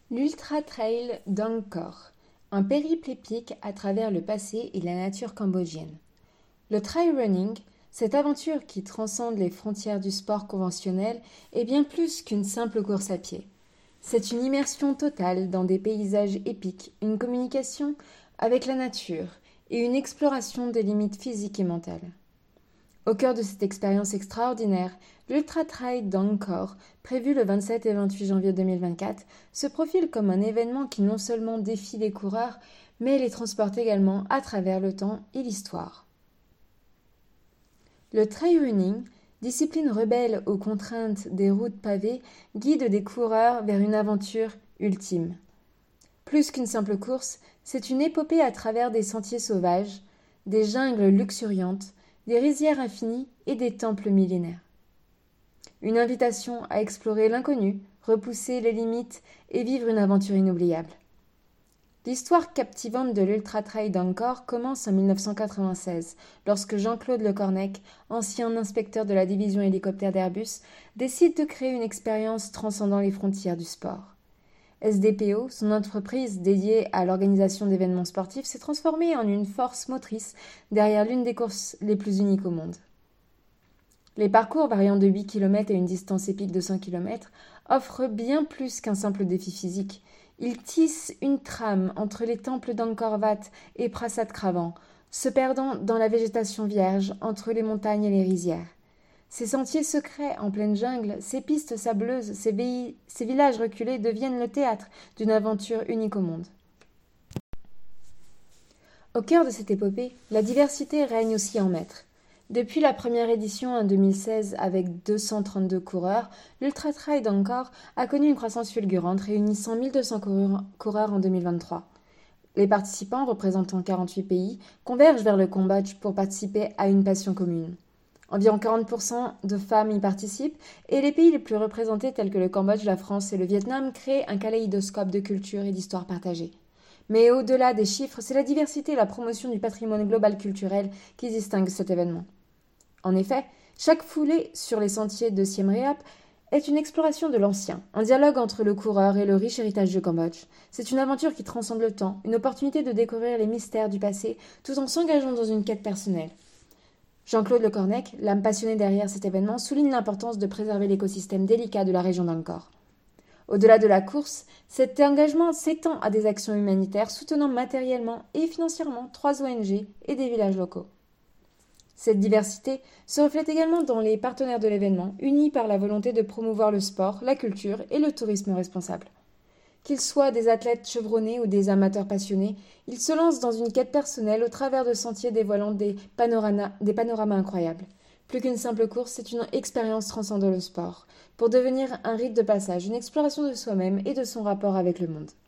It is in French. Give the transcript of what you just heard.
L'Ultra Trail d'Angkor, un périple épique à travers le passé et la nature cambodgienne. Le trail running, cette aventure qui transcende les frontières du sport conventionnel, est bien plus qu'une simple course à pied. C'est une immersion totale dans des paysages épiques, une communication avec la nature et une exploration des limites physiques et mentales. Au cœur de cette expérience extraordinaire, l'Ultra Trail d'Angkor, prévu le 27 et 28 janvier 2024, se profile comme un événement qui non seulement défie les coureurs, mais les transporte également à travers le temps et l'histoire. Le trail running, discipline rebelle aux contraintes des routes pavées, guide des coureurs vers une aventure ultime. Plus qu'une simple course, c'est une épopée à travers des sentiers sauvages, des jungles luxuriantes, des rizières infinies et des temples millénaires. Une invitation à explorer l'inconnu, repousser les limites et vivre une aventure inoubliable. L'histoire captivante de l'Ultra Trail d'Angkor commence en 1996, lorsque Jean-Claude Lecornec, ancien inspecteur de la division hélicoptère d'Airbus, décide de créer une expérience transcendant les frontières du sport. SDPO, son entreprise dédiée à l'organisation d'événements sportifs, s'est transformée en une force motrice derrière l'une des courses les plus uniques au monde. Les parcours variant de 8 km à une distance épique de 100 km offrent bien plus qu'un simple défi physique. Ils tissent une trame entre les temples d'Angkor Wat et Prasat Kravan, se perdant dans la végétation vierge entre les montagnes et les rizières. Ces sentiers secrets en pleine jungle, ces pistes sableuses, ces villages reculés deviennent le théâtre d'une aventure unique au monde. Au cœur de cette épopée, la diversité règne aussi en maître. Depuis la première édition en 2016 avec 232 coureurs, l'Ultra Trail d'Angkor a connu une croissance fulgurante réunissant 1200 coureurs en 2023. Les participants, représentant 48 pays, convergent vers le Cambodge pour participer à une passion commune. Environ 40% de femmes y participent et les pays les plus représentés tels que le Cambodge, la France et le Vietnam créent un kaléidoscope de culture et d'histoire partagées. Mais au-delà des chiffres, c'est la diversité et la promotion du patrimoine global culturel qui distinguent cet événement. En effet, chaque foulée sur les sentiers de Siem Reap est une exploration de l'ancien, un dialogue entre le coureur et le riche héritage du Cambodge. C'est une aventure qui transcende le temps, une opportunité de découvrir les mystères du passé tout en s'engageant dans une quête personnelle. Jean-Claude Lecornec, l'âme passionnée derrière cet événement, souligne l'importance de préserver l'écosystème délicat de la région d'Angkor. Au-delà de la course, cet engagement s'étend à des actions humanitaires soutenant matériellement et financièrement 3 ONG et des villages locaux. Cette diversité se reflète également dans les partenaires de l'événement, unis par la volonté de promouvoir le sport, la culture et le tourisme responsable. Qu'ils soient des athlètes chevronnés ou des amateurs passionnés, ils se lancent dans une quête personnelle au travers de sentiers dévoilant des panoramas incroyables. Plus qu'une simple course, c'est une expérience transcendant le sport, pour devenir un rite de passage, une exploration de soi-même et de son rapport avec le monde.